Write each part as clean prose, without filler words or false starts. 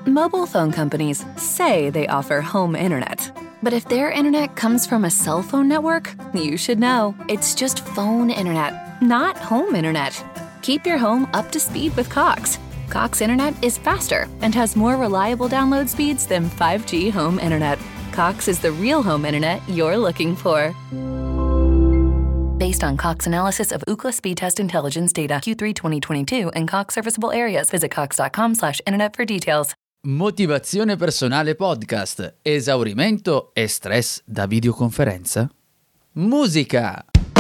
Mobile phone companies say they offer home internet. But if their internet comes from a cell phone network, you should know. It's just phone internet, not home internet. Keep your home up to speed with Cox. Cox Internet is faster and has more reliable download speeds than 5G home internet. Cox is the real home internet you're looking for. Based on Cox analysis of Ookla speed test intelligence data Q3 2022 and Cox serviceable areas, visit cox.com/internet for details. Motivazione personale podcast. Esaurimento e stress da videoconferenza? Musica!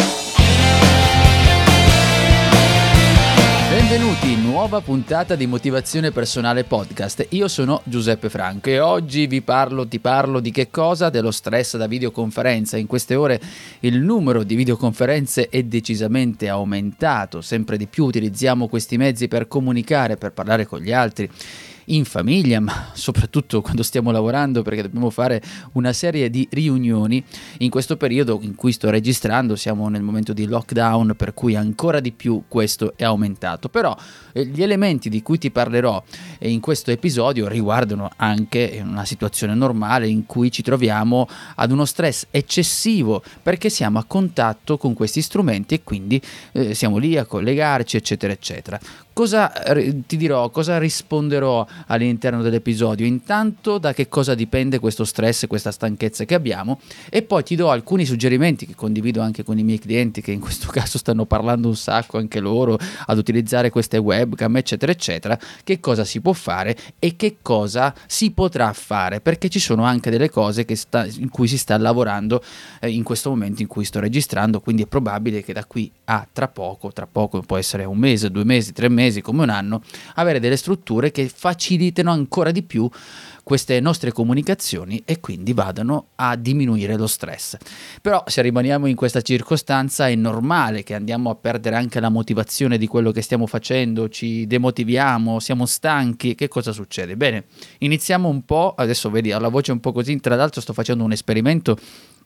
Benvenuti in nuova puntata di Motivazione Personale Podcast. Io sono Giuseppe Franco e oggi ti parlo di che cosa? Dello stress da videoconferenza. In queste ore il numero di videoconferenze è decisamente aumentato, sempre di più utilizziamo questi mezzi per comunicare, per parlare con gli altri, in famiglia, ma soprattutto quando stiamo lavorando, perché dobbiamo fare una serie di riunioni. In questo periodo in cui sto registrando siamo nel momento di lockdown, per cui ancora di più questo è aumentato. Però gli elementi di cui ti parlerò in questo episodio riguardano anche una situazione normale in cui ci troviamo ad uno stress eccessivo perché siamo a contatto con questi strumenti e quindi siamo lì a collegarci, eccetera eccetera. Cosa ti dirò, cosa risponderò all'interno dell'episodio? Intanto da che cosa dipende questo stress e questa stanchezza che abbiamo, e poi ti do alcuni suggerimenti che condivido anche con i miei clienti, che in questo caso stanno parlando un sacco anche loro ad utilizzare queste webcam, eccetera eccetera. Che cosa si può fare e che cosa si potrà fare, perché ci sono anche delle cose in cui si sta lavorando in questo momento in cui sto registrando, quindi è probabile che da qui a tra poco può essere un mese, 2 mesi, 3 mesi, come un anno, avere delle strutture che facilitino ancora di più queste nostre comunicazioni e quindi vadano a diminuire lo stress. Però se rimaniamo in questa circostanza è normale che andiamo a perdere anche la motivazione di quello che stiamo facendo, ci demotiviamo, siamo stanchi. Che cosa succede? Bene, iniziamo un po', adesso vedi, ho la voce un po' così, tra l'altro sto facendo un esperimento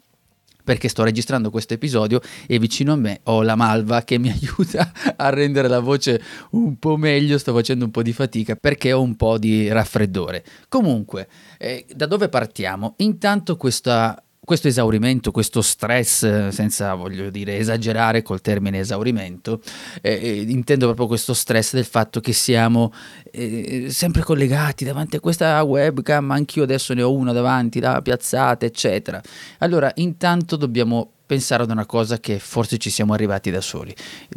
perché sto registrando questo episodio e vicino a me ho la Malva che mi aiuta a rendere la voce un po' meglio. Sto facendo un po' di fatica perché ho un po' di raffreddore. Comunque, da dove partiamo? Intanto questo esaurimento, questo stress, senza voglio dire esagerare col termine esaurimento, intendo proprio questo stress del fatto che siamo sempre collegati davanti a questa webcam, anch'io adesso ne ho una davanti, là piazzata, eccetera. Allora, intanto dobbiamo pensare ad una cosa che forse ci siamo arrivati da soli: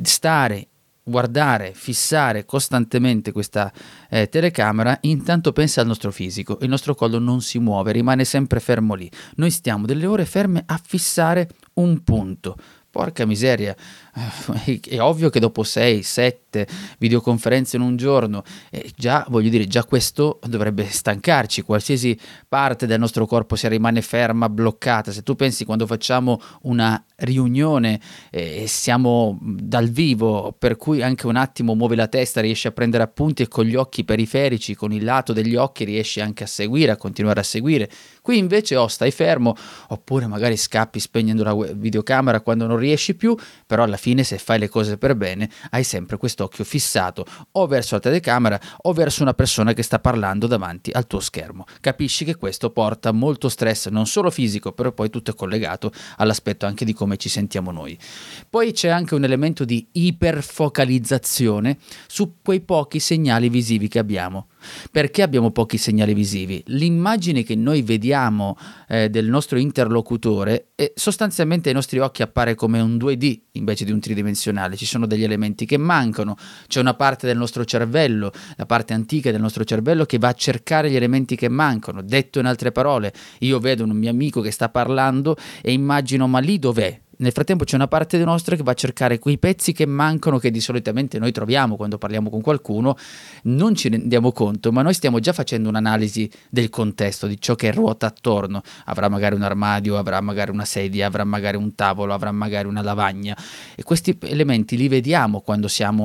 guardare, fissare costantemente questa telecamera. Intanto pensa al nostro fisico, il nostro collo non si muove, rimane sempre fermo lì. Noi stiamo delle ore ferme a fissare un punto. Porca miseria, è ovvio che dopo 6-7 videoconferenze in un giorno, già questo dovrebbe stancarci. Qualsiasi parte del nostro corpo si rimane ferma, bloccata. Se tu pensi quando facciamo una riunione e siamo dal vivo, per cui anche un attimo muovi la testa, riesci a prendere appunti e con gli occhi periferici, con il lato degli occhi riesci anche a seguire, a continuare a seguire. Qui invece stai fermo, oppure magari scappi spegnendo la videocamera quando non riesci più, però alla fine se fai le cose per bene hai sempre quest'occhio fissato o verso la telecamera o verso una persona che sta parlando davanti al tuo schermo. Capisci che questo porta molto stress, non solo fisico, però poi tutto è collegato all'aspetto anche di come ci sentiamo noi. Poi c'è anche un elemento di iperfocalizzazione su quei pochi segnali visivi che abbiamo. Perché abbiamo pochi segnali visivi? L'immagine che noi vediamo del nostro interlocutore sostanzialmente ai nostri occhi appare come un 2D invece di un tridimensionale. Ci sono degli elementi che mancano, c'è una parte del nostro cervello, la parte antica del nostro cervello, che va a cercare gli elementi che mancano. Detto in altre parole, io vedo un mio amico che sta parlando e immagino: ma lì dov'è? Nel frattempo c'è una parte nostra che va a cercare quei pezzi che mancano, che di solitamente noi troviamo quando parliamo con qualcuno. Non ci rendiamo conto, ma noi stiamo già facendo un'analisi del contesto, di ciò che ruota attorno. Avrà magari un armadio, avrà magari una sedia, avrà magari un tavolo, avrà magari una lavagna, e questi elementi li vediamo quando siamo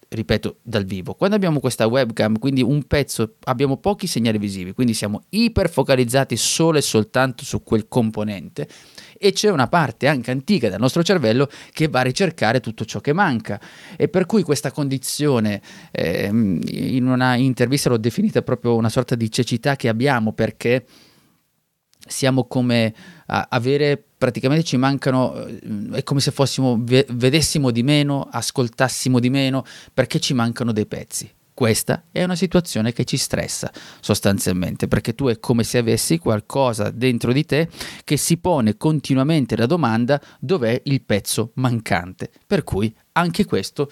ripeto, dal vivo. Quando abbiamo questa webcam, quindi un pezzo, abbiamo pochi segnali visivi, quindi siamo iperfocalizzati solo e soltanto su quel componente, e c'è una parte anche antica del nostro cervello che va a ricercare tutto ciò che manca, e per cui questa condizione, in una intervista l'ho definita proprio una sorta di cecità che abbiamo, perché siamo come a avere, praticamente ci mancano, è come se fossimo, vedessimo di meno, ascoltassimo di meno, perché ci mancano dei pezzi. Questa è una situazione che ci stressa sostanzialmente, perché tu è come se avessi qualcosa dentro di te che si pone continuamente la domanda: dov'è il pezzo mancante? Per cui anche questo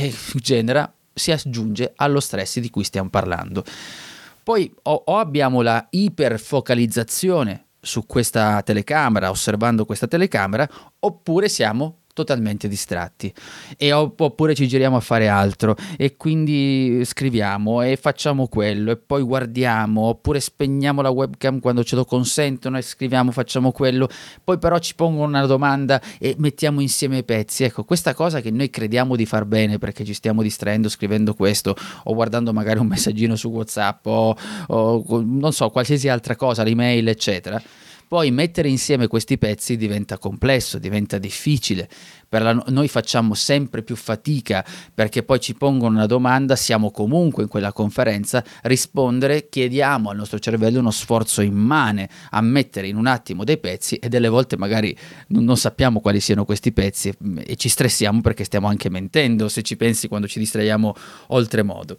si aggiunge allo stress di cui stiamo parlando. Poi o abbiamo la iperfocalizzazione su questa telecamera, osservando questa telecamera, oppure siamo totalmente distratti, oppure ci giriamo a fare altro, e quindi scriviamo e facciamo quello e poi guardiamo, oppure spegniamo la webcam quando ce lo consentono e scriviamo, facciamo quello, poi però ci pongono una domanda e mettiamo insieme i pezzi. Ecco, questa cosa che noi crediamo di far bene perché ci stiamo distraendo scrivendo questo, o guardando magari un messaggino su WhatsApp, o non so, qualsiasi altra cosa, l'email eccetera, poi mettere insieme questi pezzi diventa complesso, diventa difficile. Noi facciamo sempre più fatica, perché poi ci pongono una domanda, siamo comunque in quella conferenza, rispondere, chiediamo al nostro cervello uno sforzo immane a mettere in un attimo dei pezzi, e delle volte magari non sappiamo quali siano questi pezzi e ci stressiamo perché stiamo anche mentendo, se ci pensi, quando ci distraiamo oltremodo.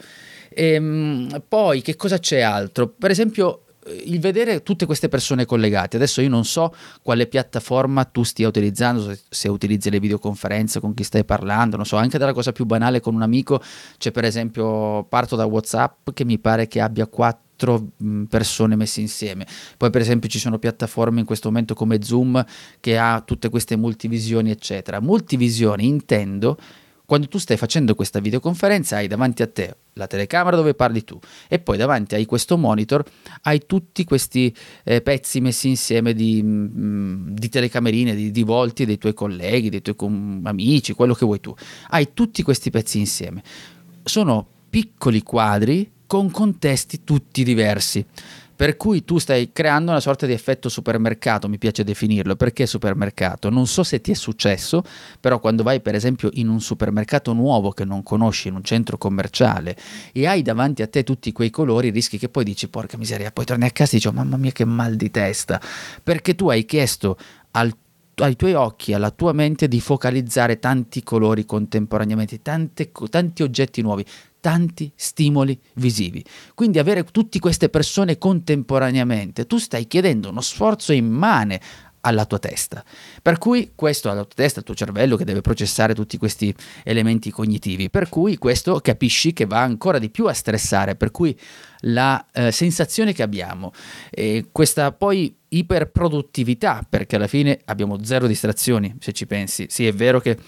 Poi che cosa c'è altro? Per esempio, il vedere tutte queste persone collegate. Adesso io non so quale piattaforma tu stia utilizzando, se utilizzi le videoconferenze, con chi stai parlando, non so, anche dalla cosa più banale con un amico. C'è, per esempio, parto da WhatsApp, che mi pare che abbia 4 persone messe insieme. Poi per esempio ci sono piattaforme in questo momento come Zoom, che ha tutte queste multivisioni eccetera. Multivisioni intendo quando tu stai facendo questa videoconferenza, hai davanti a te la telecamera dove parli tu, e poi davanti hai questo monitor, hai tutti questi pezzi messi insieme di telecamerine, di volti dei tuoi colleghi, dei tuoi amici, quello che vuoi tu. Hai tutti questi pezzi insieme. Sono piccoli quadri con contesti tutti diversi. Per cui tu stai creando una sorta di effetto supermercato, mi piace definirlo. Perché supermercato? Non so se ti è successo, però quando vai per esempio in un supermercato nuovo che non conosci, in un centro commerciale, e hai davanti a te tutti quei colori, rischi che poi dici porca miseria, poi torni a casa e dici mamma mia che mal di testa, perché tu hai chiesto ai tuoi occhi, alla tua mente, di focalizzare tanti colori contemporaneamente, tanti oggetti nuovi, tanti stimoli visivi. Quindi avere tutte queste persone contemporaneamente, tu stai chiedendo uno sforzo immane alla tua testa. Per cui questo, alla tua testa, al tuo cervello che deve processare tutti questi elementi cognitivi. Per cui questo capisci che va ancora di più a stressare. Per cui la sensazione che abbiamo, questa poi iperproduttività, perché alla fine abbiamo zero distrazioni, se ci pensi. Sì, è vero che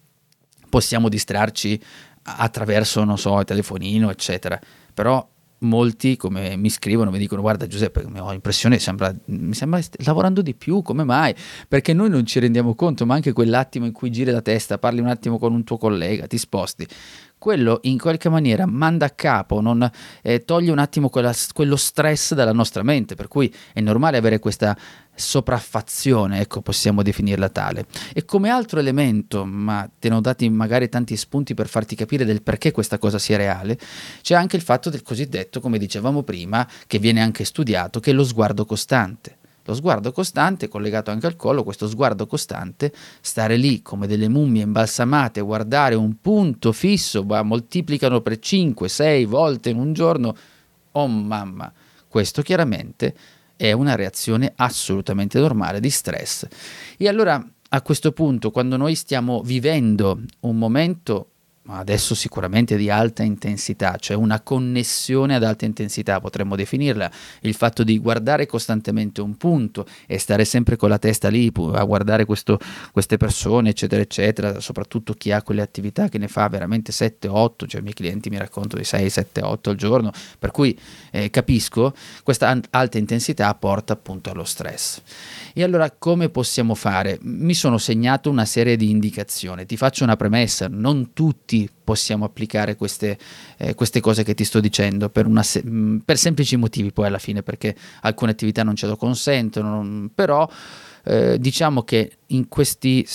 possiamo distrarci attraverso, non so, il telefonino eccetera, però molti, come mi scrivono, mi dicono guarda Giuseppe, ho l'impressione mi sembra lavorando di più, come mai? Perché noi non ci rendiamo conto, ma anche quell'attimo in cui giri la testa, parli un attimo con un tuo collega, ti sposti, quello in qualche maniera manda a capo, toglie un attimo quello stress dalla nostra mente, per cui è normale avere questa sopraffazione, ecco, possiamo definirla tale. E come altro elemento, ma te ne ho dati magari tanti spunti per farti capire del perché questa cosa sia reale, c'è anche il fatto del cosiddetto, come dicevamo prima, che viene anche studiato, che è lo sguardo costante. Lo sguardo costante, collegato anche al collo, questo sguardo costante, stare lì come delle mummie imbalsamate, guardare un punto fisso, moltiplicano per 5-6 volte in un giorno, oh mamma, questo chiaramente è una reazione assolutamente normale di stress. E allora a questo punto, quando noi stiamo vivendo un momento, adesso sicuramente di alta intensità, cioè una connessione ad alta intensità potremmo definirla, il fatto di guardare costantemente un punto e stare sempre con la testa lì a guardare queste persone eccetera eccetera, soprattutto chi ha quelle attività che ne fa veramente 7-8, cioè i miei clienti mi raccontano di 6-7-8 al giorno, per cui capisco, questa alta intensità porta appunto allo stress. E allora come possiamo fare? Mi sono segnato una serie di indicazioni, ti faccio una premessa: non tutti tutti possiamo applicare queste cose che ti sto dicendo per semplici motivi poi alla fine, perché alcune attività non ce lo consentono, però diciamo che in questi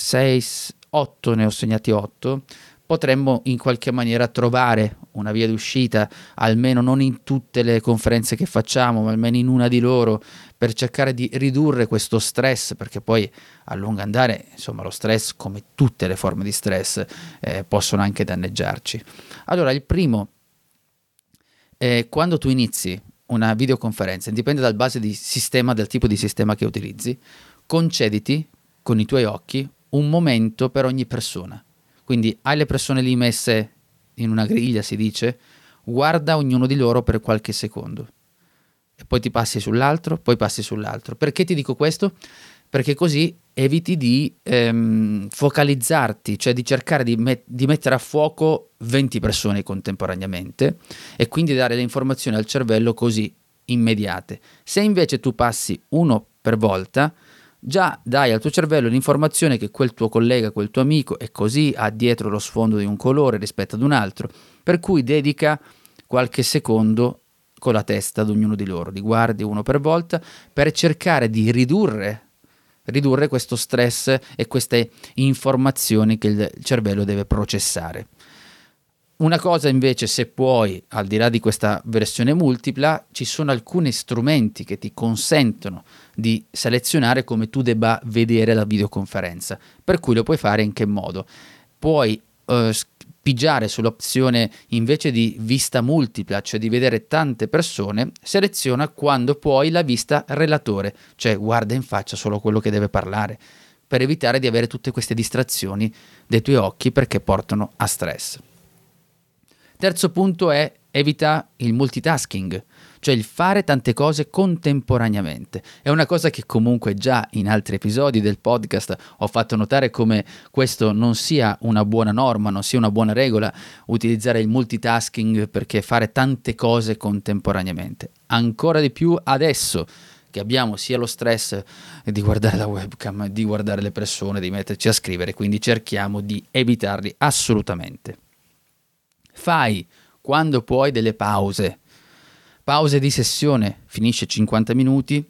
8, ne ho segnati 8, potremmo in qualche maniera trovare una via d'uscita, almeno non in tutte le conferenze che facciamo, ma almeno in una di loro, per cercare di ridurre questo stress, perché poi a lungo andare, insomma, lo stress, come tutte le forme di stress, possono anche danneggiarci. Allora, il primo, quando tu inizi una videoconferenza, dipende dal base di sistema, dal tipo di sistema che utilizzi, concediti con i tuoi occhi un momento per ogni persona. Quindi hai le persone lì messe in una griglia, si dice, guarda ognuno di loro per qualche secondo e poi ti passi sull'altro, poi passi sull'altro. Perché ti dico questo? Perché così eviti di focalizzarti, cioè di cercare di mettere a fuoco 20 persone contemporaneamente e quindi dare le informazioni al cervello così immediate. Se invece tu passi uno per volta, già dai al tuo cervello l'informazione che quel tuo collega, quel tuo amico è così, ha dietro lo sfondo di un colore rispetto ad un altro, per cui dedica qualche secondo con la testa ad ognuno di loro, li guardi uno per volta per cercare di ridurre questo stress e queste informazioni che il cervello deve processare. Una cosa invece, se puoi, al di là di questa versione multipla, ci sono alcuni strumenti che ti consentono di selezionare come tu debba vedere la videoconferenza, per cui lo puoi fare in che modo? Puoi pigiare sull'opzione invece di vista multipla, cioè di vedere tante persone, seleziona quando puoi la vista relatore, cioè guarda in faccia solo quello che deve parlare, per evitare di avere tutte queste distrazioni dei tuoi occhi perché portano a stress. Terzo punto è evita il multitasking, cioè il fare tante cose contemporaneamente. È una cosa che comunque già in altri episodi del podcast ho fatto notare come questo non sia una buona norma, non sia una buona regola utilizzare il multitasking, perché fare tante cose contemporaneamente. Ancora di più adesso che abbiamo sia lo stress di guardare la webcam, di guardare le persone, di metterci a scrivere, quindi cerchiamo di evitarli assolutamente. Fai quando puoi delle pause di sessione, finisce 50 minuti,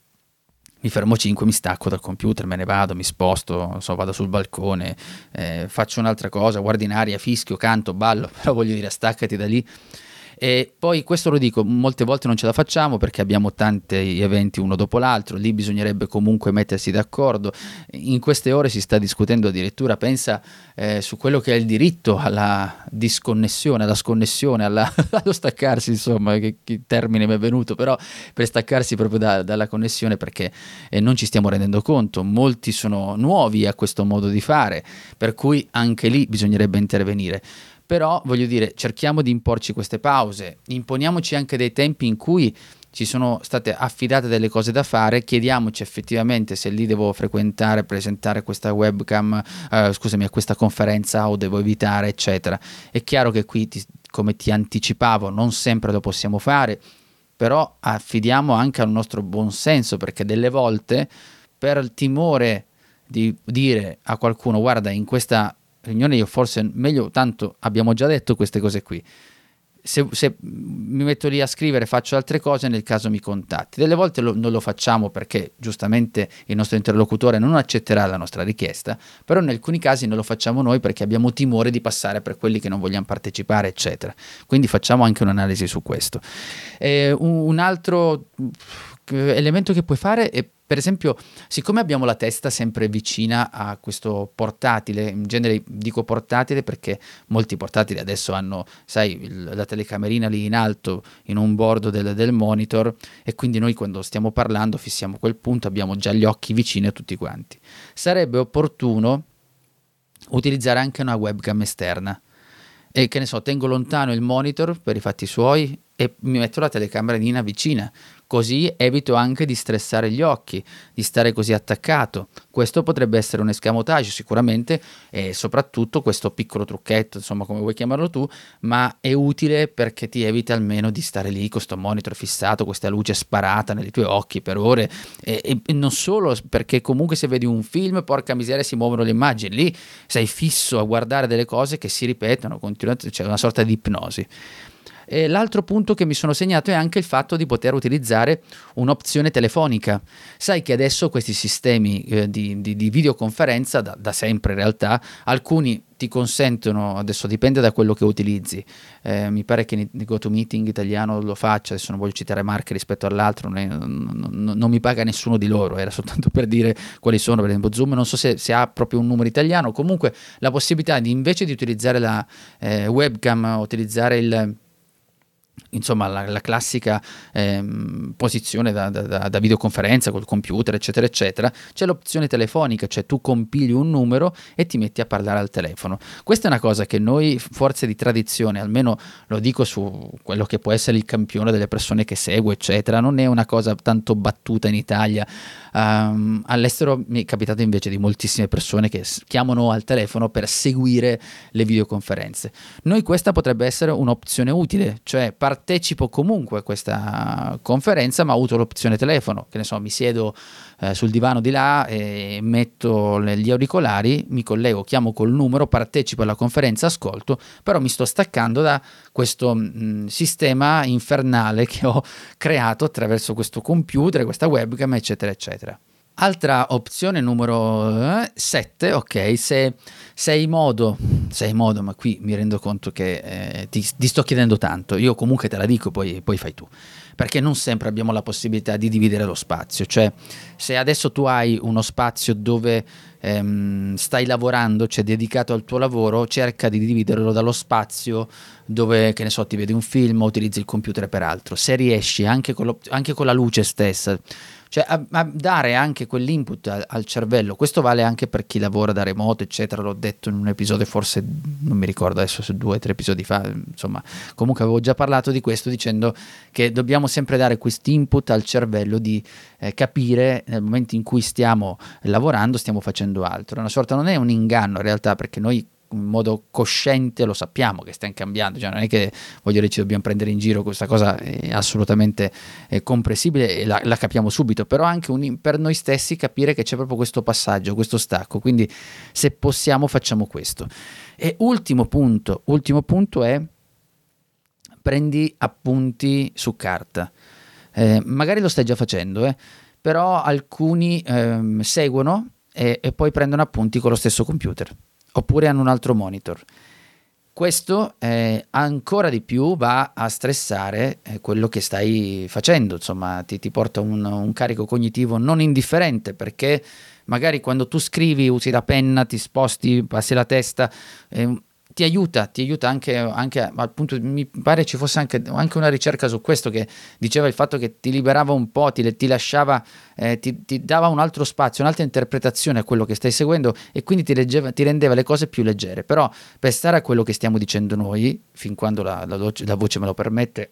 mi fermo 5, mi stacco dal computer, me ne vado, mi sposto, vado sul balcone, faccio un'altra cosa, guardo in aria, fischio, canto, ballo, però voglio dire, staccati da lì. E poi questo lo dico, molte volte non ce la facciamo perché abbiamo tanti eventi uno dopo l'altro, lì bisognerebbe comunque mettersi d'accordo. In queste ore si sta discutendo addirittura, pensa, su quello che è il diritto alla disconnessione, alla sconnessione, allo staccarsi, insomma, che termine mi è venuto, però per staccarsi proprio dalla connessione, perché non ci stiamo rendendo conto, molti sono nuovi a questo modo di fare, per cui anche lì bisognerebbe intervenire. Però voglio dire, cerchiamo di imporci queste pause, imponiamoci anche dei tempi in cui ci sono state affidate delle cose da fare, chiediamoci effettivamente se lì devo frequentare, presentare questa webcam, a questa conferenza, o devo evitare, eccetera. È chiaro che qui, come ti anticipavo, non sempre lo possiamo fare, però affidiamo anche al nostro buon senso, perché delle volte per il timore di dire a qualcuno guarda, in questa riunione io forse meglio, tanto abbiamo già detto queste cose qui, se mi metto lì a scrivere faccio altre cose, nel caso mi contatti. Delle volte non lo facciamo perché giustamente il nostro interlocutore non accetterà la nostra richiesta, però in alcuni casi non lo facciamo noi perché abbiamo timore di passare per quelli che non vogliamo partecipare, eccetera. Quindi facciamo anche un'analisi su questo. Un altro elemento che puoi fare è, per esempio, siccome abbiamo la testa sempre vicina a questo portatile, in genere dico portatile perché molti portatili adesso hanno, sai, la telecamerina lì in alto, in un bordo del monitor, e quindi noi quando stiamo parlando fissiamo quel punto, abbiamo già gli occhi vicini a tutti quanti. Sarebbe opportuno utilizzare anche una webcam esterna. E che ne so, tengo lontano il monitor per i fatti suoi e mi metto la telecamerina vicina, Così evito anche di stressare gli occhi, di stare così attaccato. Questo potrebbe essere un escamotage sicuramente, e soprattutto questo piccolo trucchetto, insomma come vuoi chiamarlo tu, ma è utile perché ti evita almeno di stare lì con sto monitor fissato, questa luce sparata nei tuoi occhi per ore, e non solo, perché comunque se vedi un film, porca miseria, si muovono le immagini, lì sei fisso a guardare delle cose che si ripetono continuamente, c'è una sorta di ipnosi. E l'altro punto che mi sono segnato è anche il fatto di poter utilizzare un'opzione telefonica. Sai che adesso questi sistemi di videoconferenza, da sempre in realtà, alcuni ti consentono, adesso dipende da quello che utilizzi, mi pare che GoToMeeting italiano lo faccia, adesso non voglio citare marche rispetto all'altro, non mi paga nessuno di loro, era soltanto per dire quali sono. Per esempio Zoom non so se ha proprio un numero italiano, comunque la possibilità di, invece di utilizzare la webcam, utilizzare insomma la classica posizione da videoconferenza col computer eccetera eccetera, c'è l'opzione telefonica, cioè tu compili un numero e ti metti a parlare al telefono. Questa è una cosa che noi, forze di tradizione, almeno lo dico su quello che può essere il campione delle persone che seguo eccetera, non è una cosa tanto battuta in Italia. All'estero mi è capitato invece di moltissime persone che chiamano al telefono per seguire le videoconferenze. Noi questa potrebbe essere un'opzione utile, cioè partecipo comunque a questa conferenza ma uso l'opzione telefono, che ne so, mi siedo sul divano di là e metto gli auricolari, mi collego, chiamo col numero, partecipo alla conferenza, ascolto, però mi sto staccando da questo sistema infernale che ho creato attraverso questo computer, questa webcam eccetera eccetera. Altra opzione numero 7, ok, se sei in modo, ma qui mi rendo conto che ti sto chiedendo tanto, io comunque te la dico, poi fai tu, perché non sempre abbiamo la possibilità di dividere lo spazio, cioè se adesso tu hai uno spazio dove stai lavorando, cioè dedicato al tuo lavoro, cerca di dividerlo dallo spazio dove, che ne so, ti vedi un film o utilizzi il computer per altro, se riesci anche con la luce stessa, cioè a dare anche quell'input al cervello. Questo vale anche per chi lavora da remoto eccetera, l'ho detto in un episodio, forse non mi ricordo adesso se 2 o 3 episodi fa, insomma comunque avevo già parlato di questo, dicendo che dobbiamo sempre dare quest'input al cervello di capire nel momento in cui stiamo lavorando, stiamo facendo altro. È una sorta, non è un inganno in realtà, perché noi in modo cosciente lo sappiamo che stiamo cambiando, cioè non è che voglio dire ci dobbiamo prendere in giro, questa cosa è assolutamente comprensibile e la capiamo subito, però anche per noi stessi capire che c'è proprio questo passaggio, questo stacco, quindi se possiamo facciamo questo. E ultimo punto è: prendi appunti su carta. Magari lo stai già facendo, però alcuni seguono e poi prendono appunti con lo stesso computer, oppure hanno un altro monitor. Questo ancora di più va a stressare quello che stai facendo, insomma ti porta un carico cognitivo non indifferente, perché magari quando tu scrivi usi la penna, ti sposti, passi la testa, ti aiuta anche al punto, mi pare ci fosse anche una ricerca su questo che diceva il fatto che ti liberava un po', ti lasciava, ti dava un altro spazio, un'altra interpretazione a quello che stai seguendo, e quindi ti rendeva le cose più leggere. Però per stare a quello che stiamo dicendo noi, fin quando la voce me lo permette,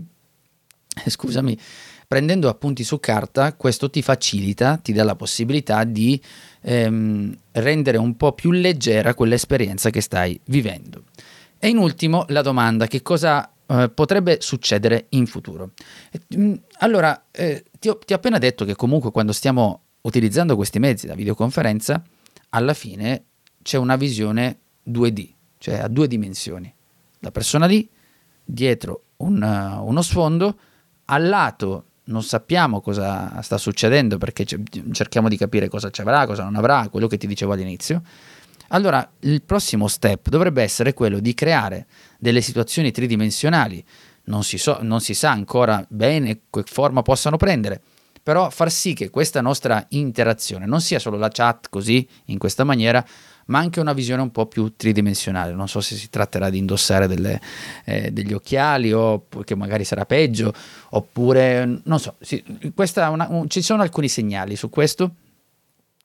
scusami, prendendo appunti su carta, questo ti facilita, ti dà la possibilità di rendere un po' più leggera quell'esperienza che stai vivendo. E in ultimo la domanda: che cosa potrebbe succedere in futuro? Allora, ti ho appena detto che comunque quando stiamo utilizzando questi mezzi da videoconferenza, alla fine c'è una visione 2D, cioè a 2 dimensioni. La persona lì, dietro uno sfondo, al lato non sappiamo cosa sta succedendo, perché cerchiamo di capire cosa ci avrà, cosa non avrà, quello che ti dicevo all'inizio. Allora il prossimo step dovrebbe essere quello di creare delle situazioni tridimensionali. Non si sa ancora bene che forma possano prendere, però far sì che questa nostra interazione non sia solo la chat così, in questa maniera, ma anche una visione un po' più tridimensionale. Non so se si tratterà di indossare degli occhiali, o che magari sarà peggio, oppure non so, ci sono alcuni segnali su questo.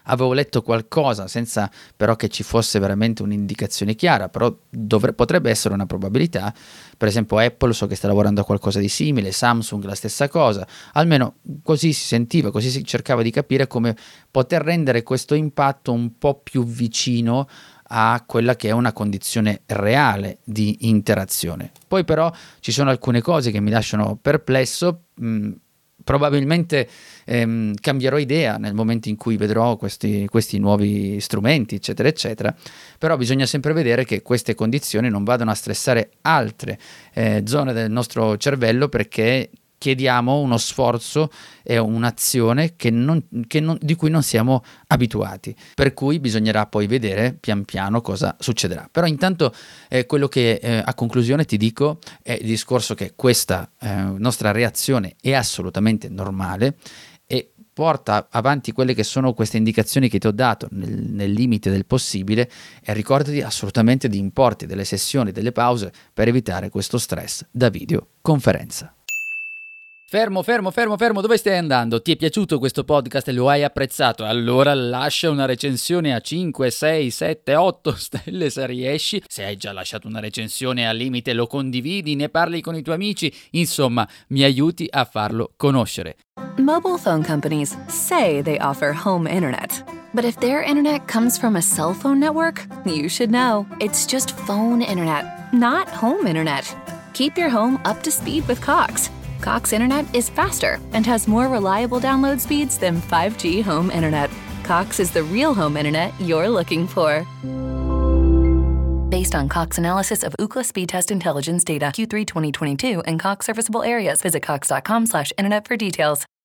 avevo letto qualcosa senza però che ci fosse veramente un'indicazione chiara, però potrebbe essere una probabilità. Per esempio Apple so che sta lavorando a qualcosa di simile, Samsung la stessa cosa, almeno così si sentiva, così si cercava di capire come poter rendere questo impatto un po' più vicino a quella che è una condizione reale di interazione. Poi però ci sono alcune cose che mi lasciano perplesso. Probabilmente cambierò idea nel momento in cui vedrò questi nuovi strumenti, eccetera eccetera, però bisogna sempre vedere che queste condizioni non vadano a stressare altre zone del nostro cervello, perché chiediamo uno sforzo e un'azione di cui non siamo abituati, per cui bisognerà poi vedere pian piano cosa succederà. Però intanto quello che a conclusione ti dico è il discorso che questa nostra reazione è assolutamente normale e porta avanti quelle che sono queste indicazioni che ti ho dato nel limite del possibile, e ricordati assolutamente di importi delle sessioni, delle pause, per evitare questo stress da videoconferenza. Fermo, dove stai andando? Ti è piaciuto questo podcast e lo hai apprezzato? Allora lascia una recensione a 5, 6, 7, 8 stelle se riesci. Se hai già lasciato una recensione, al limite lo condividi, ne parli con i tuoi amici, insomma mi aiuti a farlo conoscere. Mobile phone companies say they offer home internet. But if their internet comes from a cell phone network, you should know. It's just phone internet, not home internet. Keep your home up to speed with Cox. Cox Internet is faster and has more reliable download speeds than 5G home internet. Cox is the real home internet you're looking for. Based on Cox analysis of Ookla speed test intelligence data Q3 2022 and Cox serviceable areas, visit cox.com/internet for details.